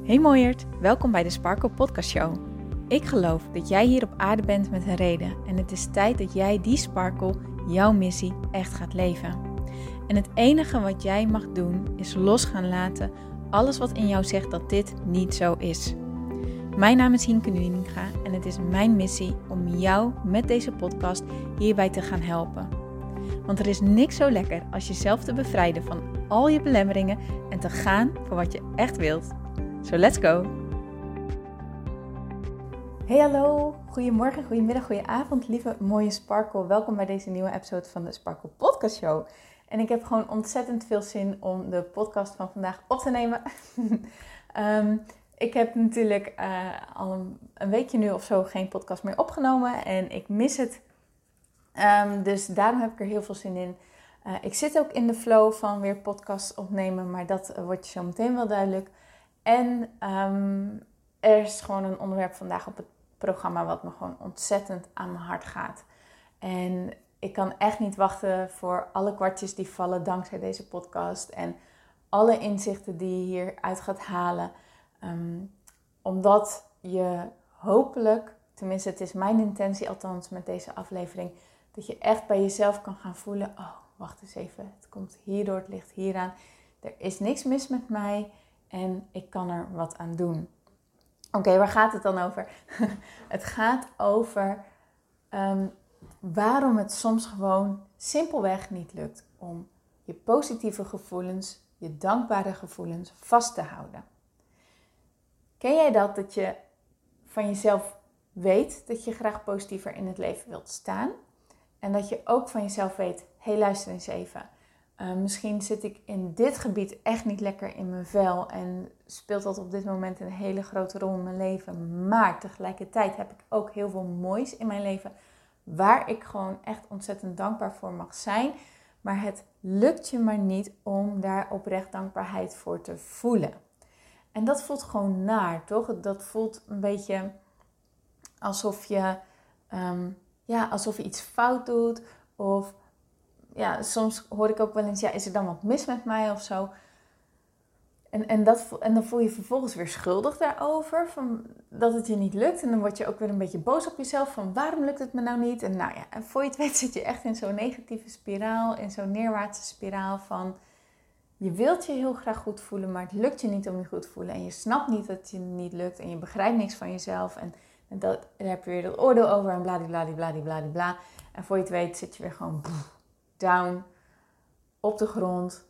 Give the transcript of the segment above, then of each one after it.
Hey mooiert, welkom bij de Sparkle Podcast Show. Ik geloof dat jij hier op aarde bent met een reden en het is tijd dat jij die sparkle, jouw missie, echt gaat leven. En het enige wat jij mag doen is los gaan laten alles wat in jou zegt dat dit niet zo is. Mijn naam is Hienke Nuninga en het is mijn missie om jou met deze podcast hierbij te gaan helpen. Want er is niks zo lekker als jezelf te bevrijden van al je belemmeringen en te gaan voor wat je echt wilt. So let's go! Hey hallo, goedemorgen, goedemiddag, goedenavond, lieve mooie Sparkle. Welkom bij deze nieuwe episode van de Sparkle Podcast Show. En ik heb gewoon ontzettend veel zin om de podcast van vandaag op te nemen. Ik heb natuurlijk al een weekje nu of zo geen podcast meer opgenomen en ik mis het. Dus daarom heb ik er heel veel zin in. Ik zit ook in de flow van weer podcasts opnemen, maar dat wordt je zo meteen wel duidelijk. En er is gewoon een onderwerp vandaag op het programma wat me gewoon ontzettend aan mijn hart gaat. En ik kan echt niet wachten voor alle kwartjes die vallen dankzij deze podcast. En alle inzichten die je hieruit gaat halen. Omdat je hopelijk, tenminste het is mijn intentie althans met deze aflevering, dat je echt bij jezelf kan gaan voelen. Oh, wacht eens even, het komt hierdoor, het ligt hieraan. Er is niks mis met mij. En ik kan er wat aan doen. Oké, waar gaat het dan over? Het gaat over waarom het soms gewoon simpelweg niet lukt om je positieve gevoelens, je dankbare gevoelens vast te houden. Ken jij dat je van jezelf weet dat je graag positiever in het leven wilt staan? En dat je ook van jezelf weet, hé luister eens even. Misschien zit ik in dit gebied echt niet lekker in mijn vel en speelt dat op dit moment een hele grote rol in mijn leven. Maar tegelijkertijd heb ik ook heel veel moois in mijn leven waar ik gewoon echt ontzettend dankbaar voor mag zijn. Maar het lukt je maar niet om daar oprecht dankbaarheid voor te voelen. En dat voelt gewoon naar, toch? Dat voelt een beetje alsof je, alsof je iets fout doet of... Ja, soms hoor ik ook wel eens, is er dan wat mis met mij of zo? En dan voel je vervolgens weer schuldig daarover, van dat het je niet lukt. En dan word je ook weer een beetje boos op jezelf, van waarom lukt het me nou niet? En voor je het weet zit je echt in zo'n negatieve spiraal, in zo'n neerwaartse spiraal van... Je wilt je heel graag goed voelen, maar het lukt je niet om je goed te voelen. En je snapt niet dat het je niet lukt en je begrijpt niks van jezelf. En daar heb je weer dat oordeel over en bladibladibladibladibla. En voor je het weet zit je weer gewoon... down, op de grond,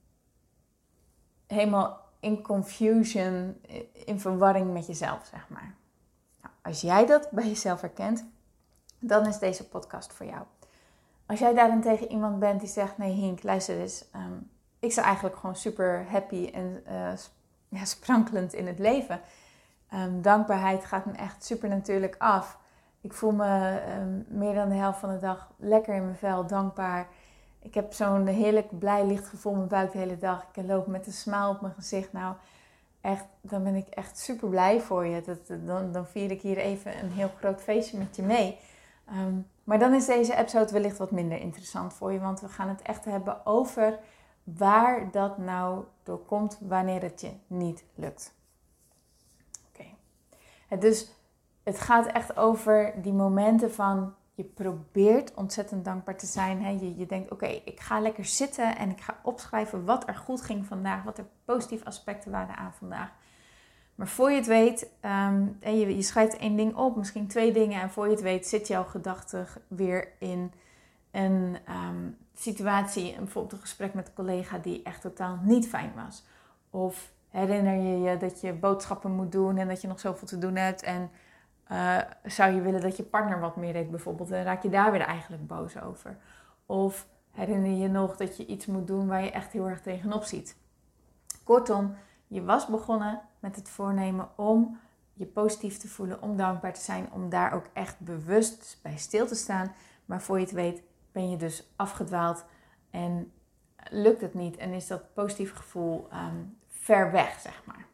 helemaal in confusion, in verwarring met jezelf, zeg maar. Nou, als jij dat bij jezelf herkent, dan is deze podcast voor jou. Als jij daarentegen iemand bent die zegt, nee Hink, luister eens, ik sta eigenlijk gewoon super happy en sprankelend in het leven. Dankbaarheid gaat me echt super natuurlijk af. Ik voel me meer dan de helft van de dag lekker in mijn vel, dankbaar. Ik heb zo'n heerlijk blij lichtgevoel in mijn buik de hele dag. Ik loop met een smile op mijn gezicht. Nou, echt, dan ben ik echt super blij voor je. Dan vier ik hier even een heel groot feestje met je mee. Maar dan is deze episode wellicht wat minder interessant voor je. Want we gaan het echt hebben over waar dat nou door komt wanneer het je niet lukt. Oké. Dus het gaat echt over die momenten van... Je probeert ontzettend dankbaar te zijn. Hè? Je denkt, oké, ik ga lekker zitten en ik ga opschrijven wat er goed ging vandaag. Wat er positieve aspecten waren aan vandaag. Maar voor je het weet, je schrijft 1 ding op, misschien 2 dingen. En voor je het weet zit jouw gedachte weer in een situatie. Bijvoorbeeld een gesprek met een collega die echt totaal niet fijn was. Of herinner je je dat je boodschappen moet doen en dat je nog zoveel te doen hebt en... zou je willen dat je partner wat meer deed bijvoorbeeld, dan raak je daar weer eigenlijk boos over. Of herinner je nog dat je iets moet doen waar je echt heel erg tegenop ziet. Kortom, je was begonnen met het voornemen om je positief te voelen, om dankbaar te zijn, om daar ook echt bewust bij stil te staan. Maar voor je het weet ben je dus afgedwaald en lukt het niet en is dat positieve gevoel ver weg, zeg maar.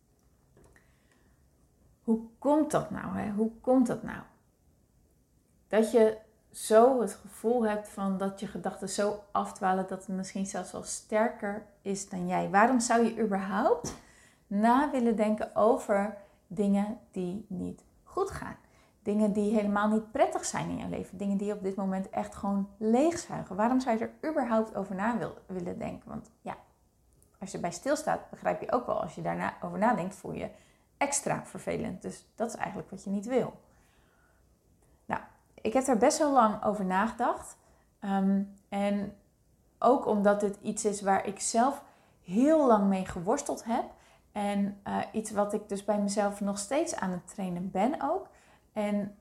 Hoe komt dat nou? Hè? Hoe komt dat nou? Dat je zo het gevoel hebt van dat je gedachten zo afdwalen dat het misschien zelfs wel sterker is dan jij. Waarom zou je überhaupt na willen denken over dingen die niet goed gaan. Dingen die helemaal niet prettig zijn in je leven. Dingen die je op dit moment echt gewoon leegzuigen. Waarom zou je er überhaupt over na willen denken? Want ja, als je erbij stilstaat, begrijp je ook wel. Als je daarna over nadenkt, voel je extra vervelend. Dus dat is eigenlijk wat je niet wil. Nou, ik heb daar best wel lang over nagedacht. En ook omdat dit iets is waar ik zelf heel lang mee geworsteld heb. En iets wat ik dus bij mezelf nog steeds aan het trainen ben ook. En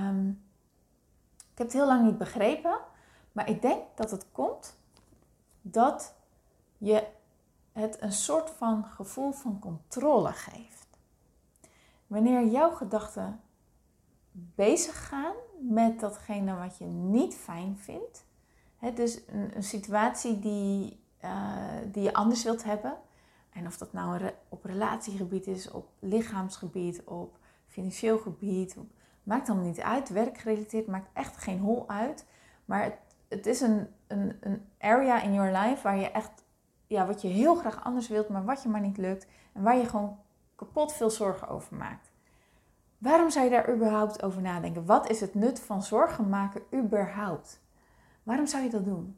ik heb het heel lang niet begrepen. Maar ik denk dat het komt dat je het een soort van gevoel van controle geeft. Wanneer jouw gedachten bezig gaan met datgene wat je niet fijn vindt. Dus een situatie die je anders wilt hebben. En of dat nou op relatiegebied is, op lichaamsgebied, op financieel gebied. Maakt allemaal niet uit. Werkgerelateerd maakt echt geen hol uit. Maar het is een area in your life waar je echt, wat je heel graag anders wilt, maar wat je maar niet lukt. En waar je gewoon kapot veel zorgen over maakt. Waarom zou je daar überhaupt over nadenken? Wat is het nut van zorgen maken überhaupt? Waarom zou je dat doen?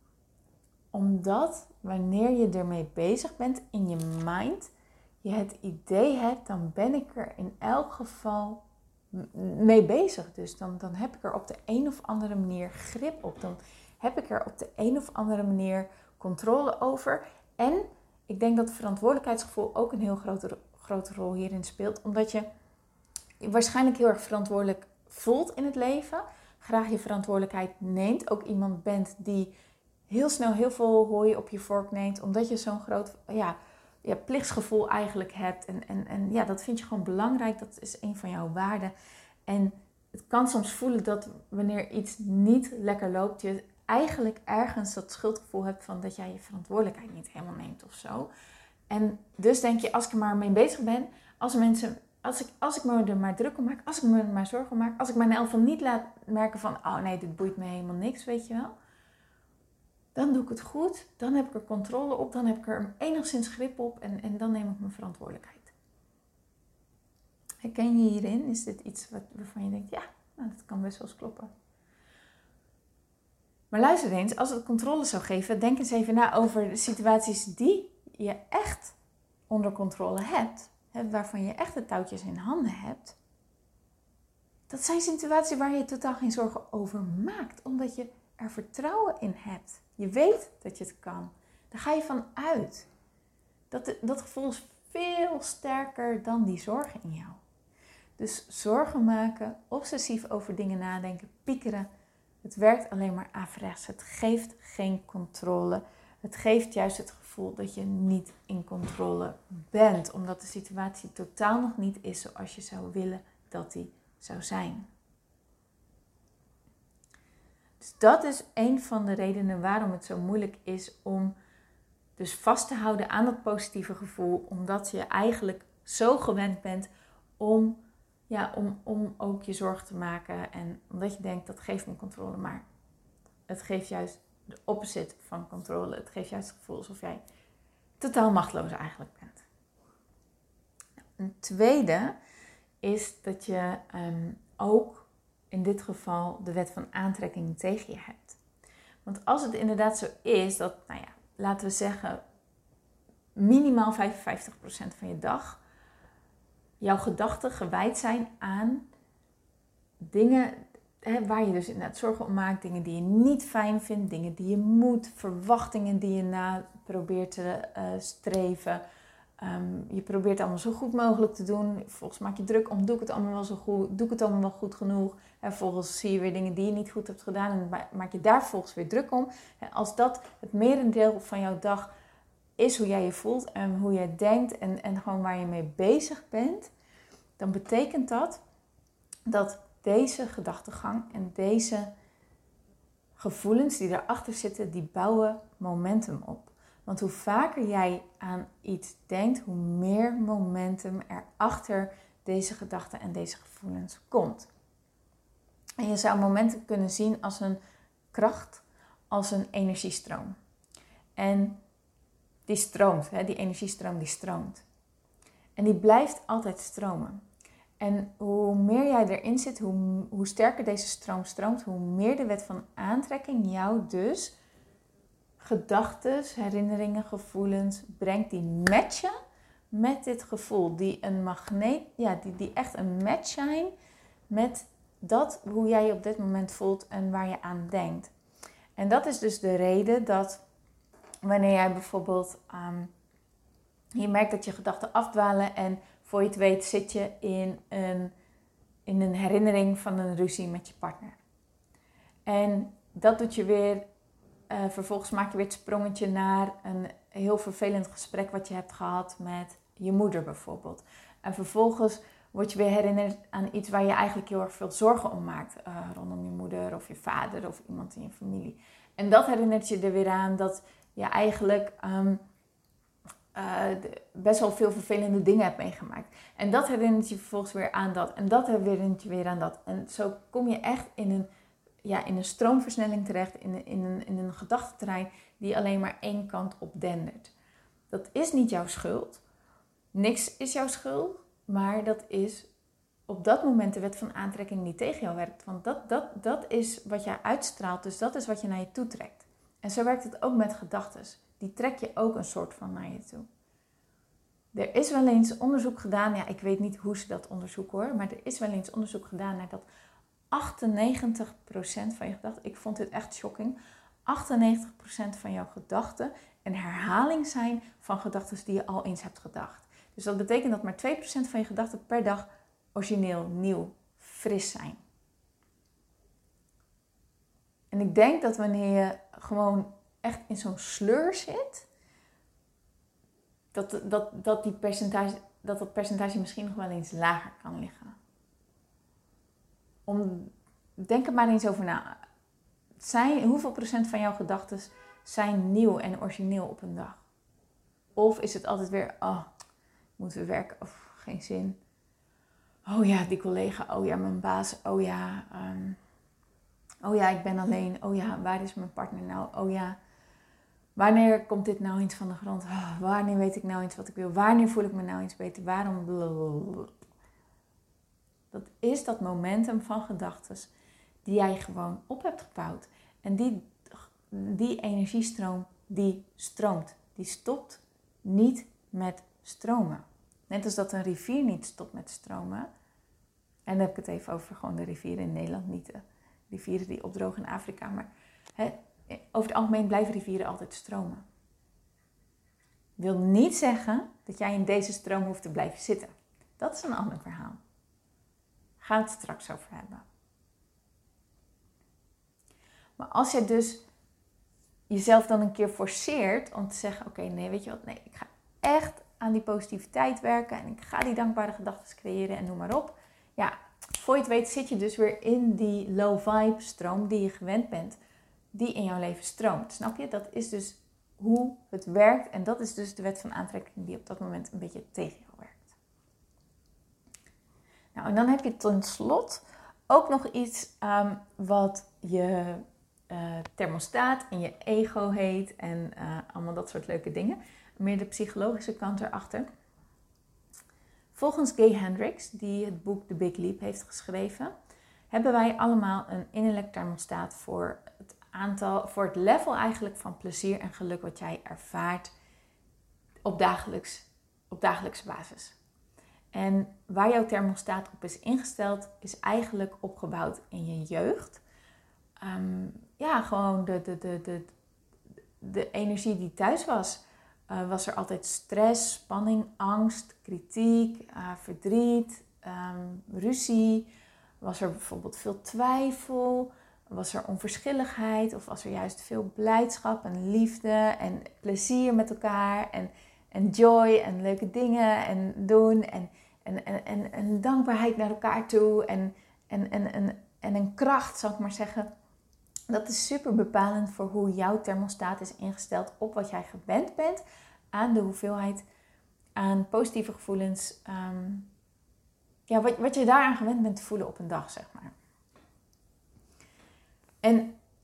Omdat wanneer je ermee bezig bent in je mind, je het idee hebt, dan ben ik er in elk geval mee bezig. Dus dan heb ik er op de een of andere manier grip op. Dan heb ik er op de een of andere manier controle over. En ik denk dat verantwoordelijkheidsgevoel ook een heel grote rol hierin speelt. Omdat je waarschijnlijk heel erg verantwoordelijk voelt in het leven. Graag je verantwoordelijkheid neemt. Ook iemand bent die heel snel heel veel hooi op je vork neemt. Omdat je zo'n groot plichtsgevoel eigenlijk hebt. En dat vind je gewoon belangrijk. Dat is een van jouw waarden. En het kan soms voelen dat wanneer iets niet lekker loopt, je eigenlijk ergens dat schuldgevoel hebt van dat jij je verantwoordelijkheid niet helemaal neemt of zo. En dus denk je, als ik er maar mee bezig ben, als ik me er maar druk om maak, als ik me er maar zorgen om maak, als ik mijn elf niet laat merken van, oh nee, dit boeit me helemaal niks, weet je wel. Dan doe ik het goed, dan heb ik er controle op, dan heb ik er enigszins grip op en dan neem ik mijn verantwoordelijkheid. Herken je hierin? Is dit iets waarvan je denkt, ja, dat kan best wel eens kloppen. Maar luister eens, als het controle zou geven, denk eens even na over de situaties die je echt onder controle hebt. Waarvan je echt de touwtjes in handen hebt. Dat zijn situaties waar je totaal geen zorgen over maakt. Omdat je er vertrouwen in hebt. Je weet dat je het kan. Daar ga je van uit. Dat gevoel is veel sterker dan die zorgen in jou. Dus zorgen maken, obsessief over dingen nadenken, piekeren. Het werkt alleen maar averechts. Het geeft geen controle. Het geeft juist het gevoel dat je niet in controle bent. Omdat de situatie totaal nog niet is zoals je zou willen dat die zou zijn. Dus dat is een van de redenen waarom het zo moeilijk is om dus vast te houden aan dat positieve gevoel. Omdat je eigenlijk zo gewend bent om ook je zorgen te maken. En omdat je denkt, dat geeft me controle. Maar het geeft juist de opposite van controle. Het geeft juist het gevoel alsof jij totaal machteloos eigenlijk bent. Een tweede is dat je ook in dit geval de wet van aantrekking tegen je hebt. Want als het inderdaad zo is dat, laten we zeggen, minimaal 55% van je dag jouw gedachten gewijd zijn aan dingen waar je dus inderdaad zorgen om maakt. Dingen die je niet fijn vindt, dingen die je moet, verwachtingen die je na probeert te streven. Je probeert het allemaal zo goed mogelijk te doen. Volgens maak je druk om, doe ik het allemaal wel zo goed? Doe ik het allemaal wel goed genoeg? En vervolgens zie je weer dingen die je niet goed hebt gedaan en maak je daar volgens weer druk om. Als dat het merendeel van jouw dag is hoe jij je voelt en hoe jij denkt en gewoon waar je mee bezig bent, dan betekent dat deze gedachtegang en deze gevoelens die daarachter zitten, die bouwen momentum op. Want hoe vaker jij aan iets denkt, hoe meer momentum er achter deze gedachten en deze gevoelens komt. En je zou momentum kunnen zien als een kracht, als een energiestroom. En die stroomt, die energiestroom die stroomt. En die blijft altijd stromen. En hoe meer jij erin zit, hoe sterker deze stroom stroomt, hoe meer de wet van aantrekking jou dus gedachten, herinneringen, gevoelens brengt die matchen met dit gevoel. Die een magneet, die echt een match zijn met dat hoe jij je op dit moment voelt en waar je aan denkt. En dat is dus de reden dat wanneer jij bijvoorbeeld je merkt dat je gedachten afdwalen en voor je het weet zit je in een herinnering van een ruzie met je partner. En dat doet je weer, vervolgens maak je weer het sprongetje naar een heel vervelend gesprek wat je hebt gehad met je moeder bijvoorbeeld. En vervolgens word je weer herinnerd aan iets waar je eigenlijk heel erg veel zorgen om maakt. Rondom je moeder of je vader of iemand in je familie. En dat herinnert je er weer aan dat je eigenlijk best wel veel vervelende dingen hebt meegemaakt. En dat herinnert je vervolgens weer aan dat. En dat herinnert je weer aan dat. En zo kom je echt in een stroomversnelling terecht. In een gedachtenterrein die alleen maar één kant op dendert. Dat is niet jouw schuld. Niks is jouw schuld. Maar dat is op dat moment de wet van aantrekking die tegen jou werkt. Want dat is wat jij uitstraalt. Dus dat is wat je naar je toe trekt. En zo werkt het ook met gedachten. Die trek je ook een soort van naar je toe. Er is wel eens onderzoek gedaan. Ja, ik weet niet hoe ze dat onderzoeken hoor. Maar er is wel eens onderzoek gedaan naar dat 98% van je gedachten. Ik vond dit echt shocking. 98% van jouw gedachten een herhaling zijn van gedachten die je al eens hebt gedacht. Dus dat betekent dat maar 2% van je gedachten per dag origineel, nieuw, fris zijn. En ik denk dat wanneer je gewoon echt in zo'n sleur zit, dat percentage misschien nog wel eens lager kan liggen. Denk er maar eens over na. Hoeveel procent van jouw gedachten zijn nieuw en origineel op een dag? Of is het altijd weer, moeten we werken? Of geen zin. Oh ja, die collega. Oh ja, mijn baas. Oh ja, ik ben alleen. Oh ja, waar is mijn partner nou? Oh ja, wanneer komt dit nou eens van de grond? Wanneer weet ik nou eens wat ik wil? Wanneer voel ik me nou eens beter? Waarom? Blablabla. Dat is dat momentum van gedachten die jij gewoon op hebt gebouwd. En die energiestroom, die stroomt. Die stopt niet met stromen. Net als dat een rivier niet stopt met stromen. En dan heb ik het even over gewoon de rivieren in Nederland. Niet de rivieren die opdrogen in Afrika. Maar over het algemeen blijven rivieren altijd stromen. Wil niet zeggen dat jij in deze stroom hoeft te blijven zitten. Dat is een ander verhaal. Gaan we het straks over hebben. Maar als je dus jezelf dan een keer forceert om te zeggen, oké, nee, weet je wat, nee, ik ga echt aan die positiviteit werken en ik ga die dankbare gedachten creëren en noem maar op. Ja, voor je het weet zit je dus weer in die low vibe stroom die je gewend bent, die in jouw leven stroomt. Snap je? Dat is dus hoe het werkt en dat is dus de wet van aantrekking die op dat moment een beetje tegen jou werkt. Nou, en dan heb je tot slot ook nog iets wat je thermostaat en je ego heet en allemaal dat soort leuke dingen. Meer de psychologische kant erachter. Volgens Gay Hendricks, die het boek The Big Leap heeft geschreven, hebben wij allemaal een innerlijk thermostaat voor het level eigenlijk van plezier en geluk wat jij ervaart op dagelijkse basis. En waar jouw thermostaat op is ingesteld, is eigenlijk opgebouwd in je jeugd. Gewoon de energie die thuis was. Was er altijd stress, spanning, angst, kritiek, verdriet, ruzie? Was er bijvoorbeeld veel twijfel? Was er onverschilligheid? Of was er juist veel blijdschap en liefde en plezier met elkaar en joy en leuke dingen en doen en dankbaarheid naar elkaar toe en een kracht, zal ik maar zeggen. Dat is super bepalend voor hoe jouw thermostaat is ingesteld op wat jij gewend bent aan de hoeveelheid aan positieve gevoelens. Wat je daaraan gewend bent te voelen op een dag, zeg maar. En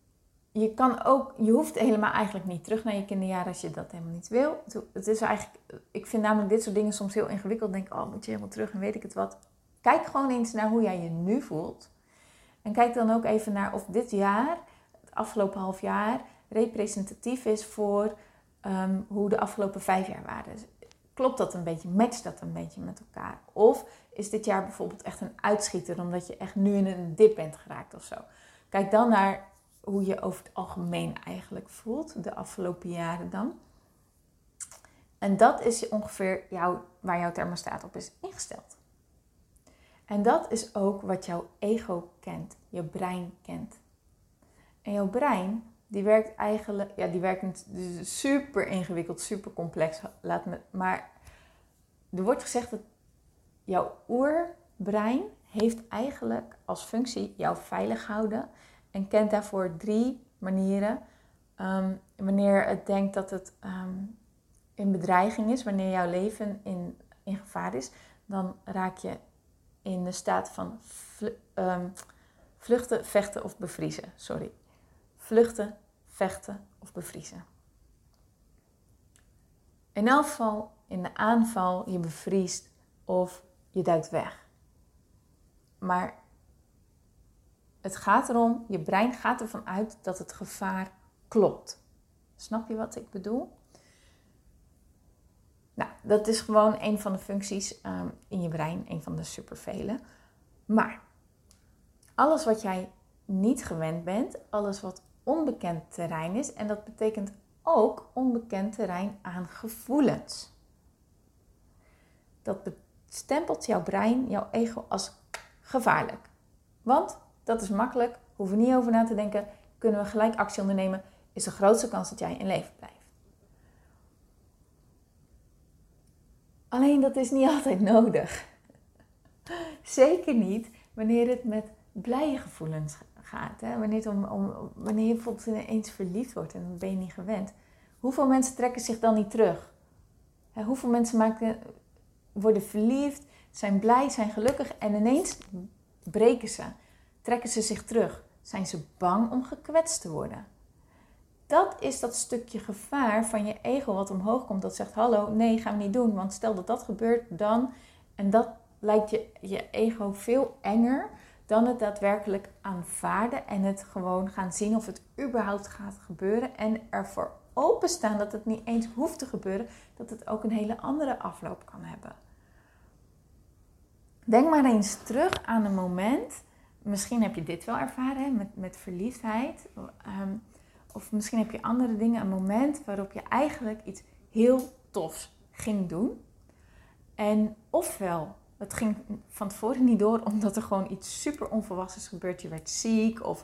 je hoeft helemaal eigenlijk niet terug naar je kinderjaren als je dat helemaal niet wil. Het is eigenlijk, ik vind namelijk dit soort dingen soms heel ingewikkeld. Denk, moet je helemaal terug en weet ik het wat. Kijk gewoon eens naar hoe jij je nu voelt. En kijk dan ook even naar of dit jaar, het afgelopen half jaar, representatief is voor hoe de afgelopen 5 jaar waren. Dus klopt dat een beetje? Matcht dat een beetje met elkaar? Of is dit jaar bijvoorbeeld echt een uitschieter omdat je echt nu in een dip bent geraakt of zo? Kijk dan naar hoe je over het algemeen eigenlijk voelt, de afgelopen jaren dan. En dat is ongeveer waar jouw thermostaat op is ingesteld. En dat is ook wat jouw ego kent, je brein kent. En jouw brein, die werkt eigenlijk, die werkt super ingewikkeld, super complex. Maar er wordt gezegd dat jouw oerbrein heeft eigenlijk als functie jou veilig houden. En kent daarvoor 3 manieren. Wanneer het denkt dat het in bedreiging is, wanneer jouw leven in gevaar is, dan raak je in de staat van vluchten, vechten of bevriezen. Vluchten, vechten of bevriezen. In elk geval in de aanval je bevriest of je duikt weg. Maar het gaat erom, je brein gaat ervan uit dat het gevaar klopt. Snap je wat ik bedoel? Nou, dat is gewoon een van de functies in je brein, een van de supervele. Maar alles wat jij niet gewend bent, alles wat onbekend terrein is, en dat betekent ook onbekend terrein aan gevoelens. Dat bestempelt jouw brein, jouw ego als gevaarlijk. Want dat is makkelijk, hoeven we niet over na te denken, kunnen we gelijk actie ondernemen, is de grootste kans dat jij in leven blijft. Alleen dat is niet altijd nodig. Zeker niet wanneer het met blije gevoelens gaat. Hè? Wanneer je bijvoorbeeld ineens verliefd wordt en dan ben je niet gewend. Hoeveel mensen trekken zich dan niet terug? Hoeveel mensen worden verliefd, zijn blij, zijn gelukkig en ineens breken ze. Trekken ze zich terug. Zijn ze bang om gekwetst te worden? Dat is dat stukje gevaar van je ego wat omhoog komt. Dat zegt, hallo, nee, gaan we niet doen. Want stel dat dat gebeurt, dan... En dat lijkt je ego veel enger dan het daadwerkelijk aanvaarden. En het gewoon gaan zien of het überhaupt gaat gebeuren. En ervoor openstaan dat het niet eens hoeft te gebeuren. Dat het ook een hele andere afloop kan hebben. Denk maar eens terug aan een moment. Misschien heb je dit wel ervaren met verliefdheid. Of misschien heb je andere dingen. Een moment waarop je eigenlijk iets heel tofs ging doen. En ofwel, het ging van tevoren niet door omdat er gewoon iets super onverwachts gebeurd. Je werd ziek of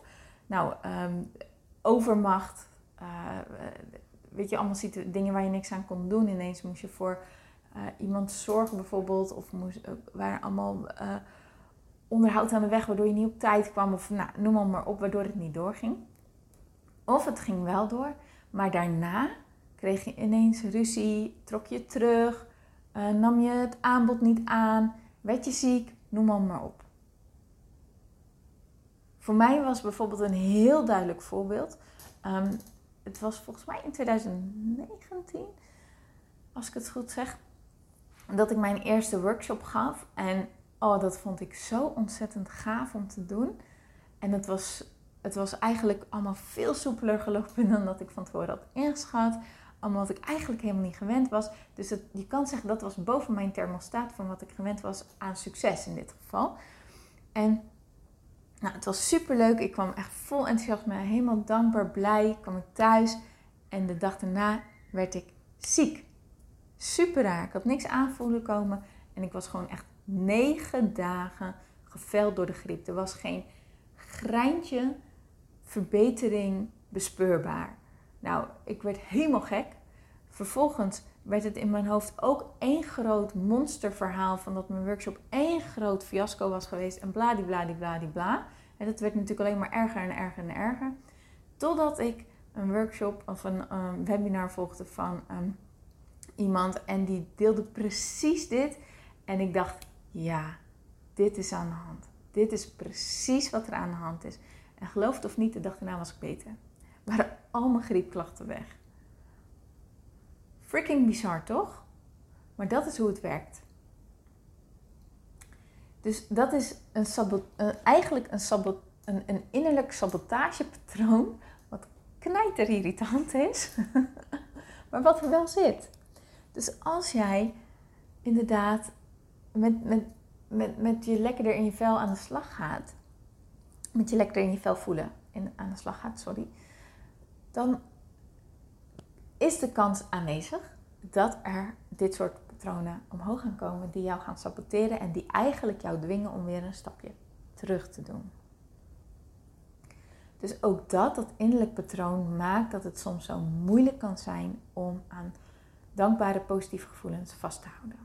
overmacht. Weet je, allemaal dingen waar je niks aan kon doen. Ineens moest je voor iemand zorgen bijvoorbeeld. Of waren allemaal onderhoud aan de weg waardoor je niet op tijd kwam. Of noem maar op, waardoor het niet doorging. Of het ging wel door, maar daarna kreeg je ineens ruzie, trok je terug, nam je het aanbod niet aan, werd je ziek, noem maar op. Voor mij was bijvoorbeeld een heel duidelijk voorbeeld. Het was volgens mij in 2019, als ik het goed zeg, dat ik mijn eerste workshop gaf. En dat vond ik zo ontzettend gaaf om te doen. En het was eigenlijk allemaal veel soepeler gelopen dan dat ik van tevoren had ingeschat. Allemaal wat ik eigenlijk helemaal niet gewend was. Dus je kan zeggen dat was boven mijn thermostaat van wat ik gewend was aan succes in dit geval. En het was superleuk. Ik kwam echt vol enthousiasme, helemaal dankbaar, blij. Kwam ik thuis en de dag daarna werd ik ziek. Super raar. Ik had niks aan voelen komen. En ik was gewoon echt 9 dagen geveld door de griep. Er was geen greintje verbetering bespeurbaar. Nou, ik werd helemaal gek. Vervolgens werd het in mijn hoofd ook één groot monsterverhaal van dat mijn workshop één groot fiasco was geweest en bladibladibladibla. En dat werd natuurlijk alleen maar erger en erger en erger. Totdat ik een workshop of een webinar volgde van iemand en die deelde precies dit. En ik dacht, ja, dit is aan de hand. Dit is precies wat er aan de hand is. En geloof het of niet, de dag daarna was ik beter. waren al mijn griepklachten weg. Freaking bizar, toch? Maar dat is hoe het werkt. Dus dat is een innerlijk sabotagepatroon, wat knijterirritant is, maar wat er wel zit. Dus als jij inderdaad met je lekkerder in je vel aan de slag gaat, met je lekkerder in je vel voelen aan de slag gaat, dan is de kans aanwezig dat er dit soort patronen omhoog gaan komen die jou gaan saboteren en die eigenlijk jou dwingen om weer een stapje terug te doen. Dus ook dat innerlijk patroon maakt dat het soms zo moeilijk kan zijn om aan dankbare positieve gevoelens vast te houden.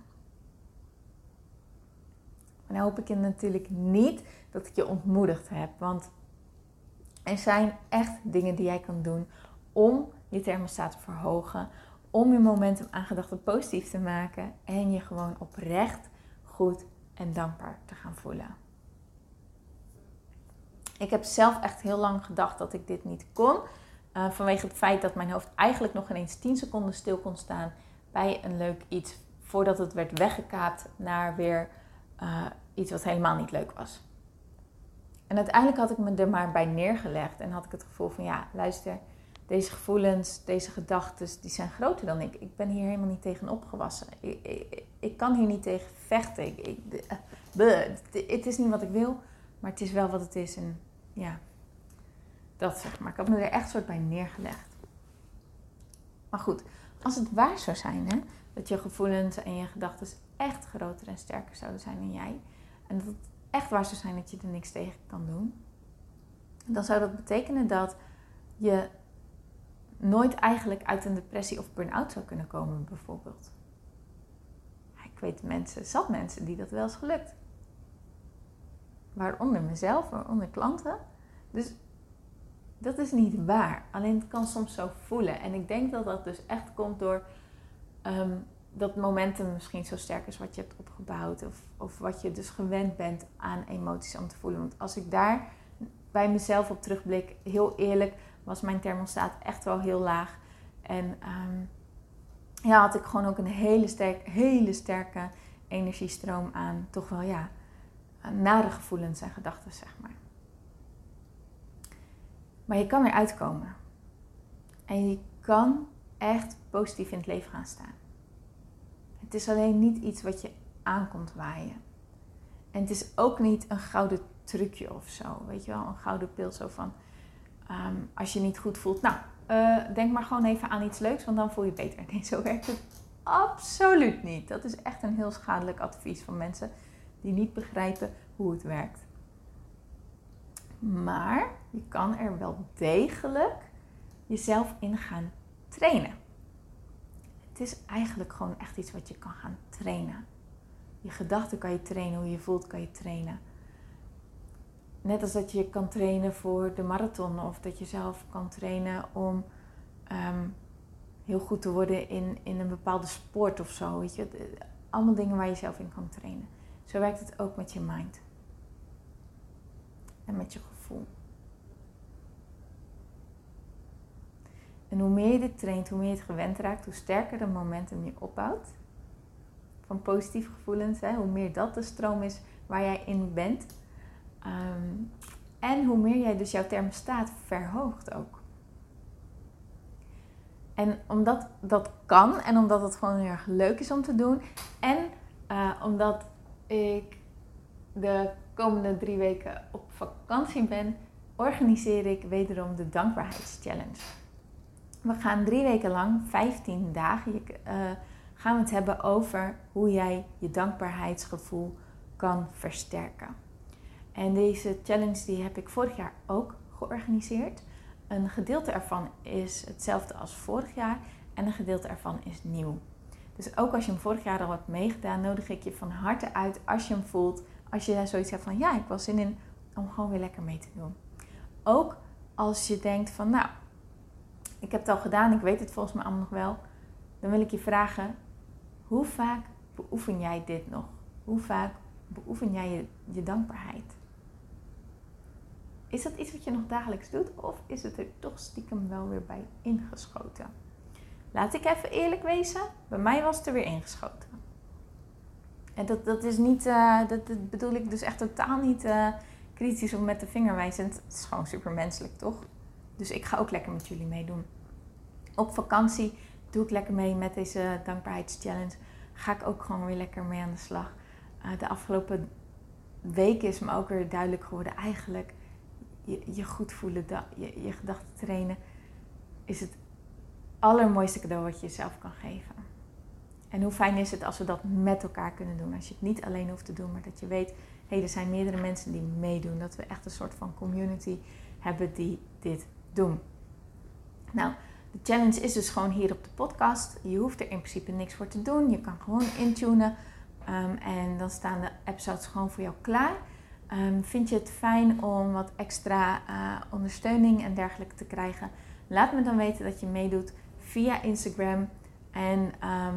En dan hoop ik natuurlijk niet dat ik je ontmoedigd heb, want er zijn echt dingen die jij kan doen om je thermostaat te verhogen, om je momentum aan gedachten positief te maken en je gewoon oprecht goed en dankbaar te gaan voelen. Ik heb zelf echt heel lang gedacht dat ik dit niet kon. Vanwege het feit dat mijn hoofd eigenlijk nog ineens 10 seconden stil kon staan bij een leuk iets, voordat het werd weggekaapt naar weer iets wat helemaal niet leuk was. En uiteindelijk had ik me er maar bij neergelegd en had ik het gevoel van ja, luister, deze gevoelens, deze gedachten, die zijn groter dan ik. Ik ben hier helemaal niet tegen opgewassen. Ik kan hier niet tegen vechten. Het is niet wat ik wil, maar het is wel wat het is. En ja, dat zeg maar. Ik had me er echt soort bij neergelegd. Maar goed, als het waar zou zijn, hè, dat je gevoelens en je gedachten echt groter en sterker zouden zijn dan jij, en dat het echt waar zou zijn dat je er niks tegen kan doen, dan zou dat betekenen dat je nooit eigenlijk uit een depressie of burn-out zou kunnen komen, bijvoorbeeld. Ik weet zat mensen die dat wel eens gelukt. Waaronder mezelf, waaronder klanten. Dus dat is niet waar. Alleen het kan soms zo voelen. En ik denk dat dat dus echt komt door dat momentum misschien zo sterk is wat je hebt opgebouwd. Of wat je dus gewend bent aan emoties om te voelen. Want als ik daar bij mezelf op terugblik, heel eerlijk, was mijn thermostaat echt wel heel laag. En had ik gewoon ook een hele sterke energiestroom aan toch wel nare gevoelens en gedachten, zeg maar. Maar je kan eruit komen. En je kan echt positief in het leven gaan staan. Het is alleen niet iets wat je aankomt waaien. En het is ook niet een gouden trucje of zo. Weet je wel, een gouden pil zo van als je niet goed voelt. Nou, denk maar gewoon even aan iets leuks, want dan voel je beter. Nee, zo werkt het absoluut niet. Dat is echt een heel schadelijk advies van mensen die niet begrijpen hoe het werkt. Maar je kan er wel degelijk jezelf in gaan trainen. Het is eigenlijk gewoon echt iets wat je kan gaan trainen. Je gedachten kan je trainen, hoe je voelt kan je trainen. Net als dat je kan trainen voor de marathon of dat je zelf kan trainen om heel goed te worden in een bepaalde sport of zo. Weet je? Allemaal dingen waar je zelf in kan trainen. Zo werkt het ook met je mind. En met je gevoel. En hoe meer je dit traint, hoe meer je het gewend raakt, hoe sterker de momentum je opbouwt. Van positieve gevoelens, hoe meer dat de stroom is waar jij in bent. En hoe meer jij dus jouw thermostaat verhoogt ook. En omdat dat kan en omdat het gewoon heel erg leuk is om te doen. En omdat ik de komende 3 weken op vakantie ben, organiseer ik wederom de Dankbaarheidschallenge. We gaan 3 weken lang, 15 dagen, gaan we het hebben over hoe jij je dankbaarheidsgevoel kan versterken. En deze challenge die heb ik vorig jaar ook georganiseerd. Een gedeelte ervan is hetzelfde als vorig jaar en een gedeelte ervan is nieuw. Dus ook als je hem vorig jaar al hebt meegedaan, nodig ik je van harte uit als je hem voelt. Als je daar zoiets hebt van ja, ik wil zin in om gewoon weer lekker mee te doen. Ook als je denkt van nou, ik heb het al gedaan, ik weet het volgens mij allemaal nog wel. Dan wil ik je vragen, hoe vaak beoefen jij dit nog? Hoe vaak beoefen jij je dankbaarheid? Is dat iets wat je nog dagelijks doet of is het er toch stiekem wel weer bij ingeschoten? Laat ik even eerlijk wezen, bij mij was het er weer ingeschoten. En dat is niet, dat bedoel ik dus echt totaal niet kritisch of met de vinger wijzend. Het is gewoon super menselijk, toch? Dus ik ga ook lekker met jullie meedoen. Op vakantie doe ik lekker mee met deze dankbaarheidschallenge. Ga ik ook gewoon weer lekker mee aan de slag. De afgelopen weken is me ook weer duidelijk geworden. Eigenlijk, je goed voelen, je gedachten trainen, is het allermooiste cadeau wat je jezelf kan geven. En hoe fijn is het als we dat met elkaar kunnen doen. Als je het niet alleen hoeft te doen, maar dat je weet, er zijn meerdere mensen die meedoen. Dat we echt een soort van community hebben die dit doen. Nou, de challenge is dus gewoon hier op de podcast. Je hoeft er in principe niks voor te doen. Je kan gewoon intunen. En dan staan de episodes gewoon voor jou klaar. Vind je het fijn om wat extra ondersteuning en dergelijke te krijgen? Laat me dan weten dat je meedoet via Instagram. En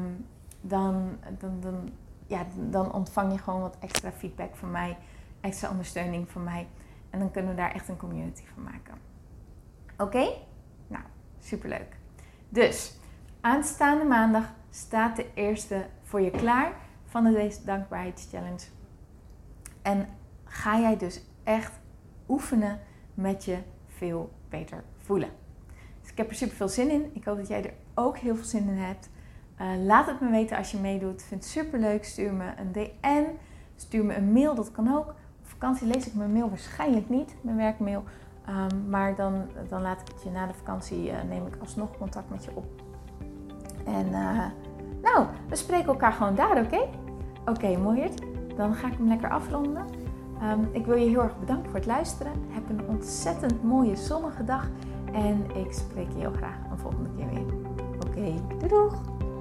dan ontvang je gewoon wat extra feedback van mij. Extra ondersteuning van mij. En dan kunnen we daar echt een community van maken. Oké? Nou, superleuk. Dus, aanstaande maandag staat de eerste voor je klaar van deze dankbaarheidschallenge. En ga jij dus echt oefenen met je veel beter voelen. Dus ik heb er super veel zin in. Ik hoop dat jij er ook heel veel zin in hebt. Laat het me weten als je meedoet. Ik vind het super leuk. Stuur me een DM. Stuur me een mail. Dat kan ook. Op vakantie lees ik mijn mail waarschijnlijk niet. Mijn werkmail. Maar dan laat ik het je na de vakantie. Neem ik alsnog contact met je op. En we spreken elkaar gewoon daar, oké? Oké, Mooiert. Dan ga ik hem lekker afronden. Ik wil je heel erg bedanken voor het luisteren. Heb een ontzettend mooie zonnige dag. En ik spreek je heel graag een volgende keer weer. Oké, doei doeg!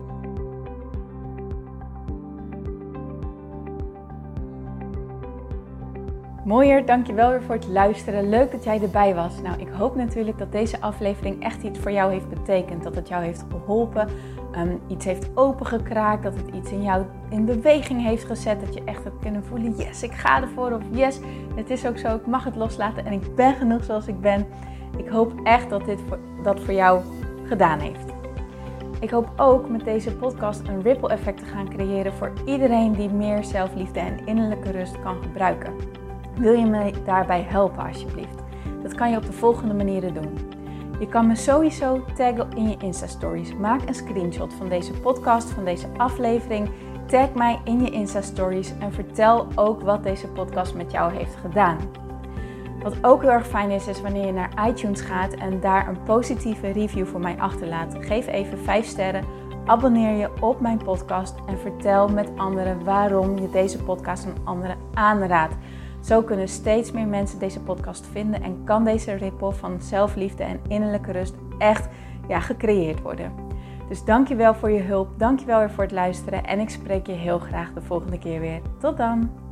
Mooier, dankjewel weer voor het luisteren. Leuk dat jij erbij was. Nou, ik hoop natuurlijk dat deze aflevering echt iets voor jou heeft betekend. Dat het jou heeft geholpen. Iets heeft opengekraakt. Dat het iets in jou in beweging heeft gezet. Dat je echt hebt kunnen voelen. Yes, ik ga ervoor. Of yes, het is ook zo. Ik mag het loslaten. En ik ben genoeg zoals ik ben. Ik hoop echt dat dit dat voor jou gedaan heeft. Ik hoop ook met deze podcast een ripple effect te gaan creëren voor iedereen die meer zelfliefde en innerlijke rust kan gebruiken. Wil je me daarbij helpen alsjeblieft? Dat kan je op de volgende manieren doen. Je kan me sowieso taggen in je Insta-stories. Maak een screenshot van deze podcast, van deze aflevering. Tag mij in je Insta-stories en vertel ook wat deze podcast met jou heeft gedaan. Wat ook heel erg fijn is wanneer je naar iTunes gaat en daar een positieve review voor mij achterlaat. Geef even 5 sterren, abonneer je op mijn podcast en vertel met anderen waarom je deze podcast aan anderen aanraadt. Zo kunnen steeds meer mensen deze podcast vinden en kan deze ripple van zelfliefde en innerlijke rust echt gecreëerd worden. Dus dankjewel voor je hulp, dankjewel weer voor het luisteren en ik spreek je heel graag de volgende keer weer. Tot dan!